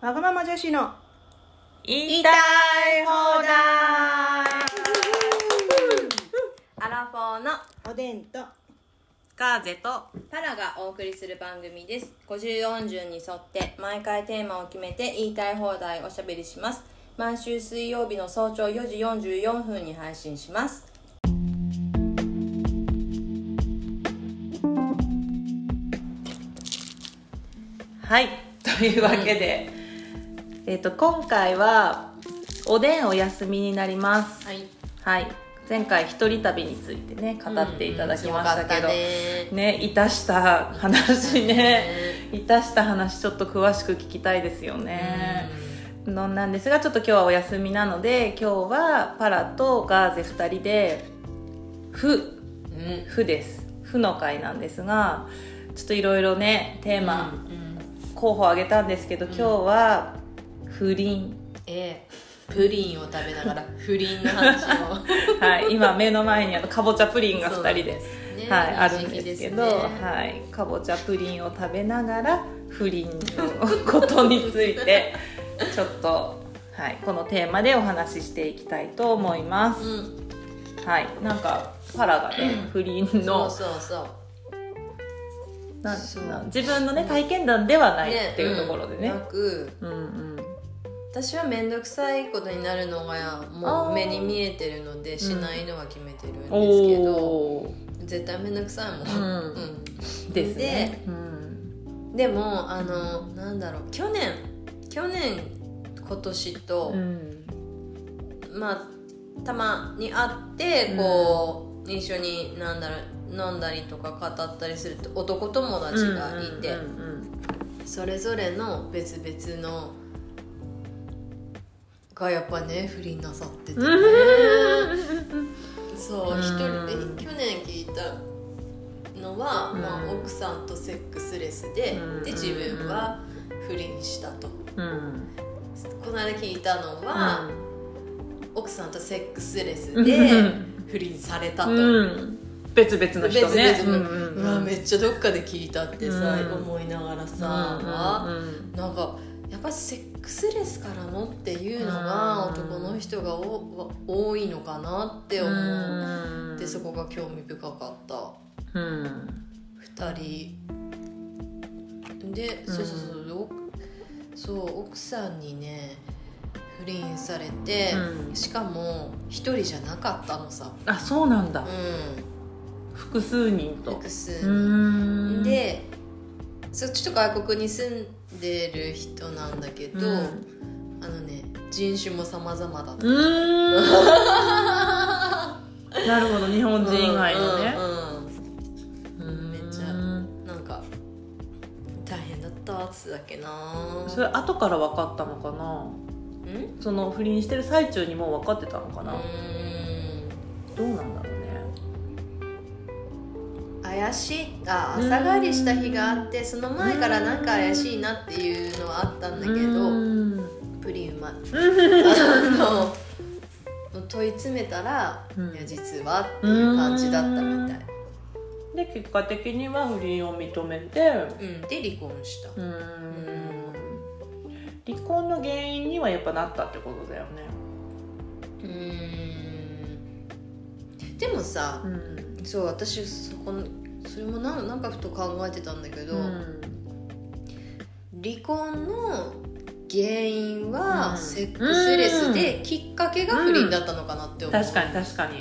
わがまま女子の言いたい放題。 アラフォーのおでんとガーゼとパラがお送りする番組です。50音順に沿って毎回テーマを決めて言いたい放題おしゃべりします。毎週水曜日の早朝4時44分に配信します。 はい、というわけで、今回はおでんお休みになります。 はい。 はい、前回一人旅についてね語っていただきましたけど、ね、いたした話ね、いたした話ちょっと詳しく聞きたいですよね。なんですが、ちょっと今日はお休みなので、今日はパラとガーゼ2人で負です。負の回なんですが、ちょっといろいろねテーマ、候補を挙げたんですけど、今日は不倫、 プリンを食べながら不倫の話をはい、今目の前にかぼちゃプリンが2人で、 ね、 はい、あるんですけど、 ね、 はい、かぼちゃプリンを食べながら不倫のことについてちょっと、はい、このテーマでお話ししていきたいと思います。はい、なんかパラがね、不倫の自分のね体験談ではないっていうところでね、 なく、私は面倒くさいことになるのがもう目に見えてるのでしないのは決めてるんですけど、絶対面倒くさいもん、 ですね。 でもなんだろう、去年今年と、まあたまに会ってこう、一緒になんだろう飲んだりとか語ったりすると男友達がいて、それぞれの別々のがやっぱね不倫なさっててねそう、一人で去年聞いたのは、まあ、奥さんとセックスレスで、自分は不倫したと、この間聞いたのは、奥さんとセックスレスで不倫されたと、 別々の人ね、 うわめっちゃどっかで聞いたってさ、思いながらさ、なんかやっぱセックスレスからのっていうのが男の人が多いのかなって思って、そこが興味深かった、2人で、そう奥さんにね不倫されて、しかも一人じゃなかったのさ。 あ、そうなんだ。複数人と。 複数人で、ちょっと外国に住んでる人なんだけど、人種も様々だった。 なるほど、日本人以外のね。 めっちゃなんか大変だったっつだっけな。 それ後から分かったのかな。その不倫してる最中にもう分かってたのかな。どうなんだろうね。 朝帰りした日があって、その前からなんか怪しいなっていうのはあったんだけど、プリンうまい問い詰めたら、いや実はっていう感じだったみたいで、結果的には不倫を認めて、 で離婚した。 離婚の原因にはやっぱなったってことだよね。 でもさ、そう私それもなんかふと考えてたんだけど、離婚の原因はセックスレスで、きっかけが不倫だったのかなって思う。 確かに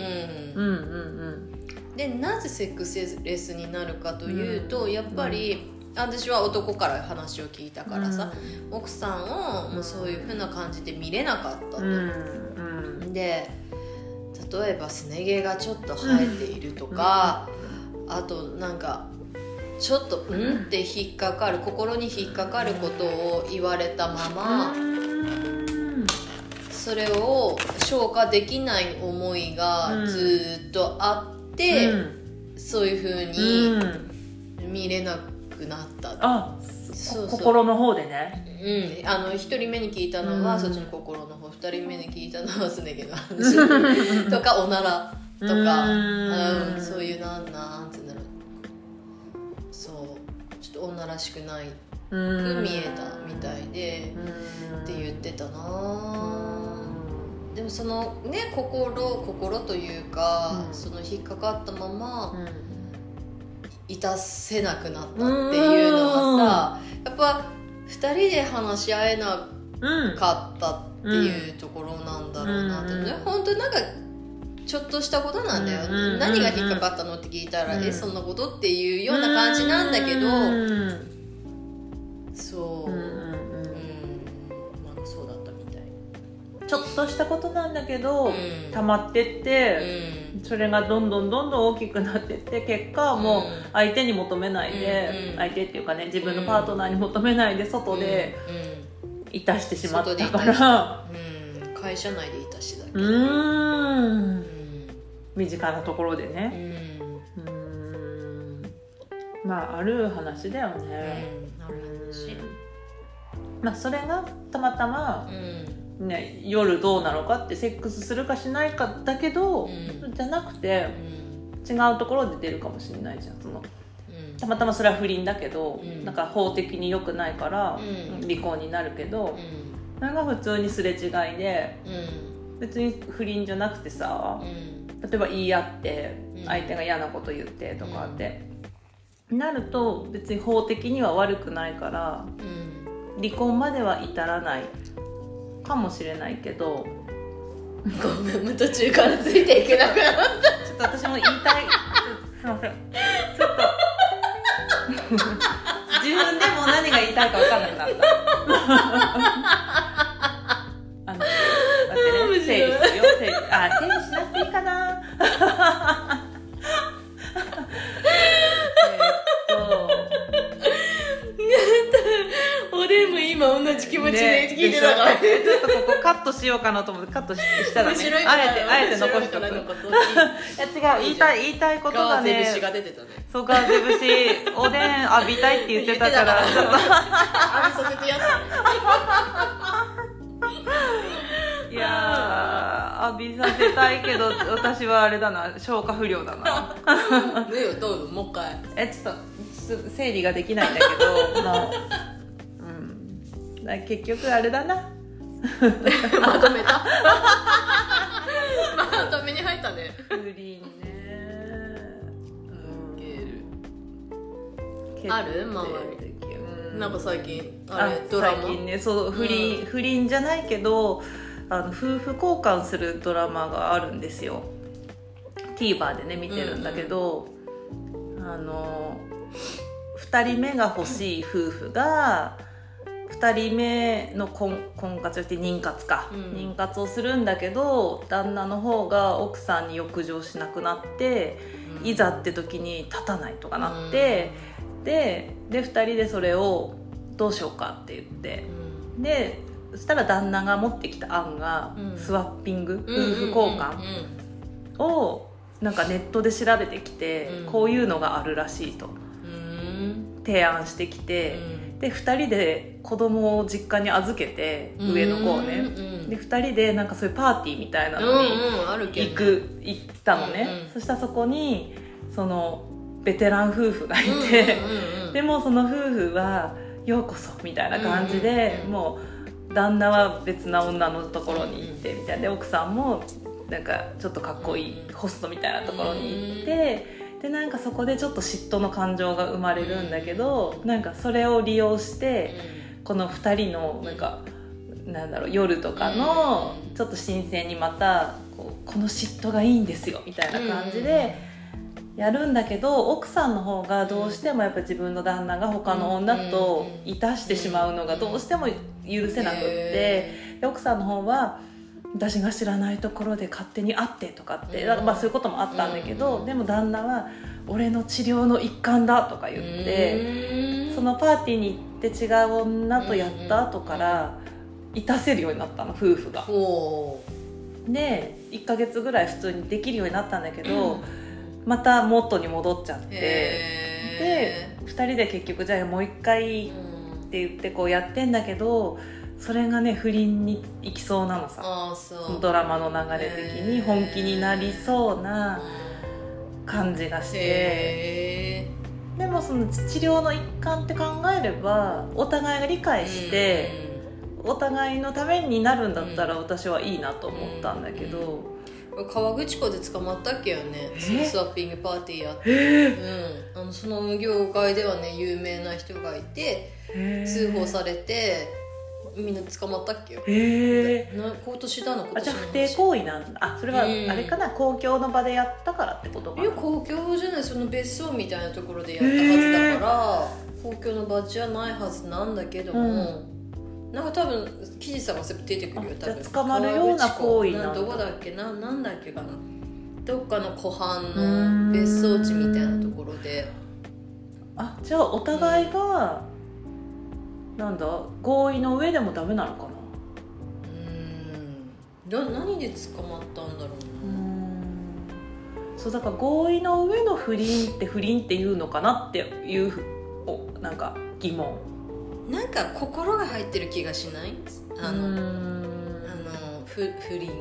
で、なぜセックスレスになるかというと、やっぱり私は男から話を聞いたからさ、奥さんをもうそういう風な感じで見れなかったと、で例えばすね毛がちょっと生えているとか、あとなんかちょっとって引っかかる、心に引っかかることを言われたまま、それを消化できない思いがずっとあって、そういう風に見れなくなった。 心の方でね。 1人目に聞いたのはそっちの心の方、2人目に聞いたのはすね毛の話とかおならとか、そういうなんて言うんだろう、そうちょっと女らしくないく見えたみたいでって言ってたな。でもそのね心というか、その引っかかったままいたせなくなったっていうのはさ、やっぱ2人で話し合えなかったっていうところなんだろうなってね。本当になんかちょっとしたことなんだよ、何が引っかかったのって聞いたら、そんなことっていうような感じなんだけど、そう、なんかそうだったみたい。 ちょっとしたことなんだけど、溜まってって、それがどんどん大きくなってって結果もう相手に求めないで、相手っていうかね自分のパートナーに求めないで外でいたしてしまったから、 会社内でいたしだけど、 身近なところでね、まあある話だよね、 ある話。 まあそれがたまたま、ね、夜どうなのかってセックスするかしないかだけど、じゃなくて、違うところで出るかもしれないじゃん。そのたまたまそれは不倫だけど、なんか法的に良くないから、離婚になるけど、それが普通にすれ違いで、別に不倫じゃなくてさ、例えば言い合って相手が嫌なこと言ってとかって、なると別に法的には悪くないから、離婚までは至らないかもしれないけど、 ごめん途中からついていけなくなった。 ちょっと私も言いたいすいません、ちょっと自分でも何が言いたいか分かんなくなった待ってね、整理するよ、整理しなくていいかなおでんも今同じ気持ちで聞いてたから、 ちょっとここカットしようかなと思ってカットしたらね、あえて残しとく。いや違う、言いたいことがね、 ガーゼ節が出てたね。 そう、ガーゼ節、おでん浴びたいって言ってたからちょっと浴びさせてやったいやー、浴びさせたいけど私はあれだな、消化不良だなねえ、どうぞもう一回。 ちょっと整理ができないんだけどもう、だ結局あれだなまとめたまとめに入ったね。 不倫ね、 ある周り、なんか最近あれドラマ最近ね、そう不倫じゃないけど夫婦交換するドラマがあるんですよ。 TVer でね見てるんだけど、2人目が欲しい夫婦が2人目の婚活をして妊活か、妊活をするんだけど、旦那の方が奥さんに欲情しなくなって、いざって時に立たないとかなって、で2人でそれをどうしようかって言って、でそしたら旦那が持ってきた案が、スワッピング、夫婦交換をなんかネットで調べてきて、こういうのがあるらしいと提案してきて、で2人で子供を実家に預けて、上の子をね、で2人でなんかそういうパーティーみたいなのに行ったのね、そしたらそこにそのベテラン夫婦がいて、でもその夫婦はようこそみたいな感じで、もう旦那は別な女のところに行ってみたいな、で奥さんもなんかちょっとかっこいいホストみたいなところに行って、でなんかそこでちょっと嫉妬の感情が生まれるんだけど、なんかそれを利用してこの2人のなんかなんだろう、夜とかのちょっと新鮮にまたこの嫉妬がいいんですよみたいな感じでやるんだけど、奥さんの方がどうしてもやっぱ自分の旦那が他の女といたしてしまうのがどうしても許せなくって、で奥さんの方は私が知らないところで勝手に会ってとかって、だからまあそういうこともあったんだけど、でも旦那は俺の治療の一環だとか言って、そのパーティーに行って違う女とやった後からいたせるようになったの、夫婦が。で1ヶ月ぐらい普通にできるようになったんだけど、また元に戻っちゃって、で2人で結局じゃあもう一回って言ってこうやってんだけど、それがね不倫に行きそうなのさ。そのドラマの流れ的に本気になりそうな感じがして、 でもその治療の一環って考えればお互いが理解して、お互いのためになるんだったら私はいいなと思ったんだけど、 河口湖で捕まったっけよね、スワッピングパーティーやって、その業界ではね有名な人がいて通報されてみんな捕まったっけよ。今年だの今年の話。 じゃあ不貞行為なんだ。それはあれかな、公共の場でやったからってことかな。 いや公共じゃない、その別荘みたいなところでやったはずだから、公共の場じゃないはずなんだけども、なんか多分記事探せば出てくるよ。多分じゃあ捕まるような行為なんだ。 どこだっけな、なんだっけかな、どっかの湖畔の別荘地みたいなところで。 じゃあお互いが、なんだ合意の上でもダメなのかな。 何で捕まったんだろうな。 そうだから合意の上の不倫っていうのかなっていうなんか疑問。 なんか心が入ってる気がしない？不倫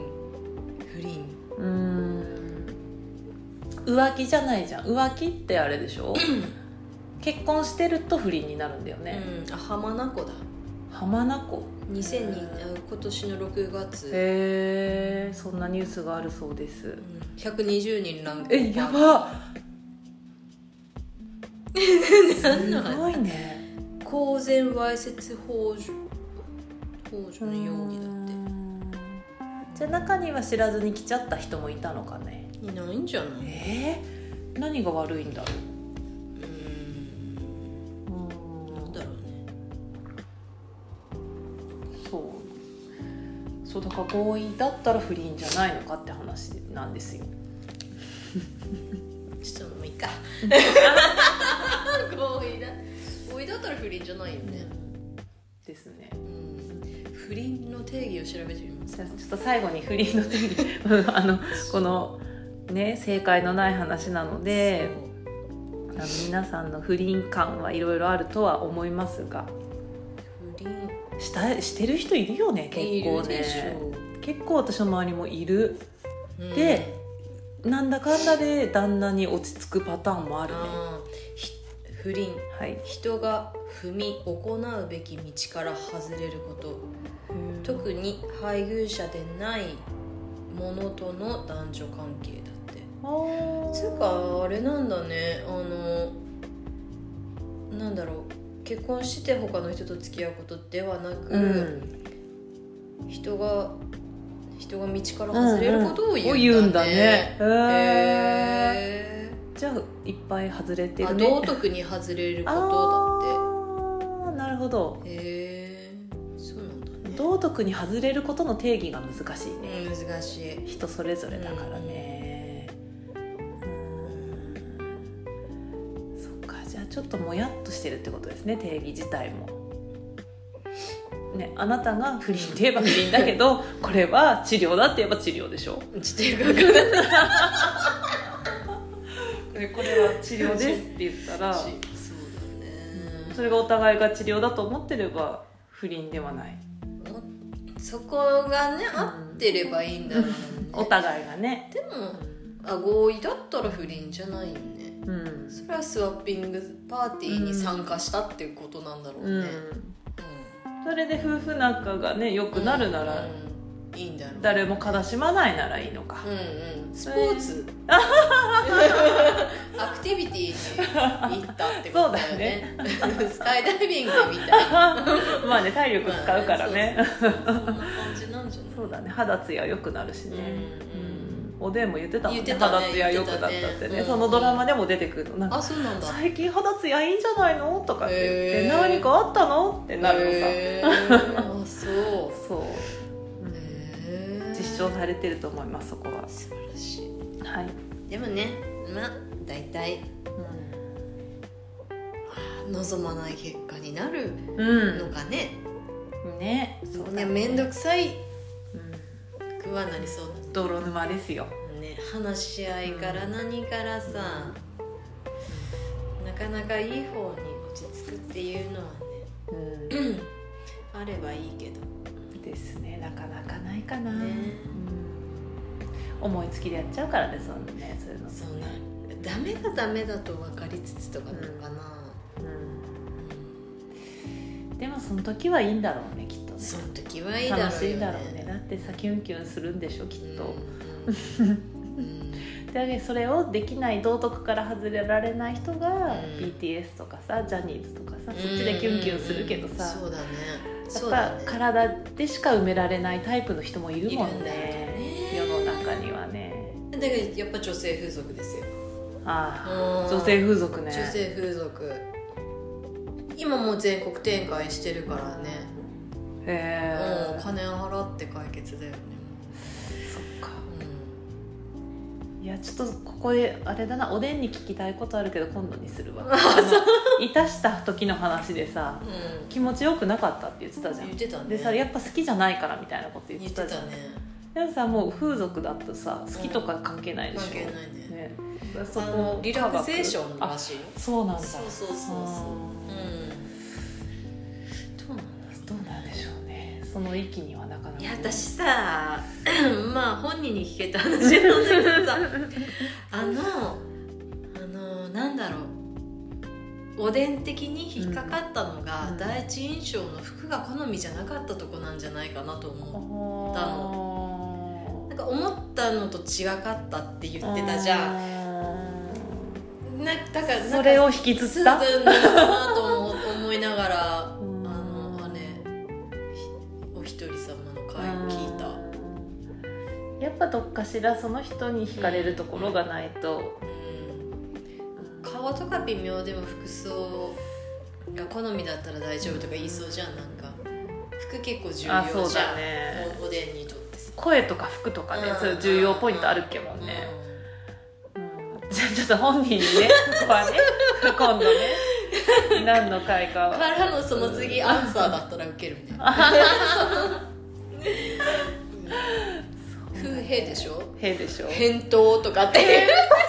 浮気じゃないじゃん。浮気ってあれでしょ結婚してると不倫になるんだよね。 浜名湖だ。 浜名湖今年の6月。 そんなニュースがあるそうです。 120人ランク。 やばすごいね。 公然わいせつ幇助の容疑だって。 じゃあ中には知らずに来ちゃった人もいたのかね。 いないんじゃない？ 何が悪いんだろう。なんだろうね。 そうだから合意だったら不倫じゃないのかって話なんですよ。 ちょっともういいか。合意だったら不倫じゃないよね。 ですね。 不倫の定義を調べてみますか。 ちょっと最後に不倫の定義このね正解のない話なので、皆さんの不倫感はいろいろあるとは思いますが、 不倫してる人いるよね。結構ね。結構私の周りもいる。でなんだかんだで旦那に落ち着くパターンもあるね。 不倫、人が行うべき道から外れること、特に配偶者でない者との男女関係だって。つうかあれなんだね、なんだろう、結婚して他の人と付き合うことではなく、人が道から外れることを言うんだね。 じゃあいっぱい外れてるね。 道徳に外れることだって。 なるほど。 そうなんだね。 道徳に外れることの定義が難しいね。 難しい。 人それぞれだからね。そっか、じゃあちょっともやっとしてるってことですね、定義自体も。ね、あなたが不倫って言えば不倫だけどこれは治療だって言えば治療でしょ。これは治療ですって言ったら、そうだね、それがお互いが治療だと思ってれば不倫ではない。 そこがね、合ってればいいんだろうね。 お互いがね。 でも合意だったら不倫じゃないよね。それはスワッピングパーティーに参加したっていうことなんだろうね。 それで夫婦仲がね良くなるなら、 いいんだろう。 誰も悲しまないならいいのか。 スポーツアクティビティに行ったってことだよね。スカイダイビングみたいな。 まあね、体力使うからね。 そんな感じなんじゃない？ そうだね、肌ツヤ良くなるしね。おでんも言ってたもんね、肌ツヤ良くなったってね。そのドラマでも出てくるの。なんかそうなんだ。 最近肌ツヤいいんじゃないのとかって言って、何かあったのってなるのさ。そう。実証されてると思います、そこは。 素晴らしい。 はい。 でもね、大体、望まない結果になるのかね。 ね、そうだね。 めんどくさいくはなりそうだね。 泥沼ですよ。 ね、話し合いから何からさ、なかなかいい方に落ち着くっていうのはね、あればいいけど。 ですね、なかなかないかな。思いつきでやっちゃうからね、そういうのね。 そうね。 ダメがダメだと分かりつつとかなのかな、 でもその時はいいんだろうねきっとね。 その時はいいだろうよね。 楽しいんだろうね。だってさキュンキュンするんでしょきっと、でそれをできない道徳から外れられない人が、BTS とかさジャニーズとかさそっちでキュンキュンするけどさ、 そうだね、 やっぱ体でしか埋められないタイプの人もいるもんね、世の中にはね。 だからやっぱ女性風俗ですよ。 女性風俗ね。 女性風俗今もう全国展開してるからね。 へえ。 金払って解決だよね。 そっか、いやちょっとここであれだな、おでんに聞きたいことあるけど今度にするわ。いたした時の話でさ、気持ちよくなかったって言ってたじゃん。 言ってたね。 でさやっぱ好きじゃないからみたいなこと言ってたじゃん。 ね、 でもさもう風俗だとさ好きとか関係ないでしょ、 関係ないね。 そこリラクゼーションらしい。 そうなんだ。 そうどうなんでしょうね。その域にはなかなか、ね、 いや私さまあ本人に聞けた話なんだけどさなんだろう、おでん的に引っかかったのが、第一印象の服が好みじゃなかったとこなんじゃないかなと思ったの。なんか思ったのと違かったって言ってたじゃん。だからそれを引きずったのかなと思いながらお一人様の回を聞いた。 やっぱどっかしらその人に惹かれるところがないと、 顔とか微妙でも服装が好みだったら大丈夫とか言いそうじゃん。なんか服結構重要じゃん。 そうだね、 おでんにとって声とか服とかね、そういう重要ポイントあるっけもんね。じゃあちょっと本人にねここはね今度ね何の回かはからのその次アンサーだったらウケるみたいな。へでしょ、 へでしょ、 返答とかっていう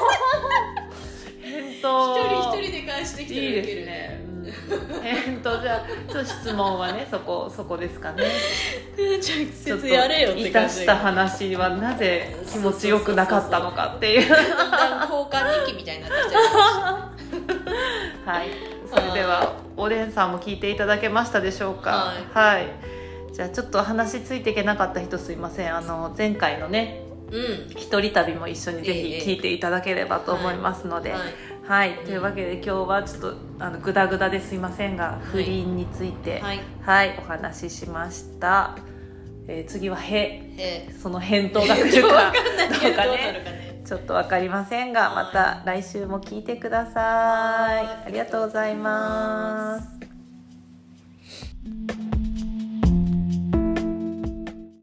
返答一人で返してきてる。 いいですね。じゃあちょっと質問はねそこですかね。 直接やれよって感じ。 いたした話はなぜ気持ちよくなかったのかっていう。 交換日記みたいになってきてる。 はい。それではおでんさんも聞いていただけましたでしょうか。はい。じゃあちょっと話ついていけなかった人すいません。前回のね、一人旅も一緒にぜひ聞いていただければと思いますので。はい、というわけで今日はちょっとグダグダですいませんが、不倫について、お話ししました。次はその返答が来るかどうかねちょっと分かりませんが、また来週も聞いてください。ありがとうございます。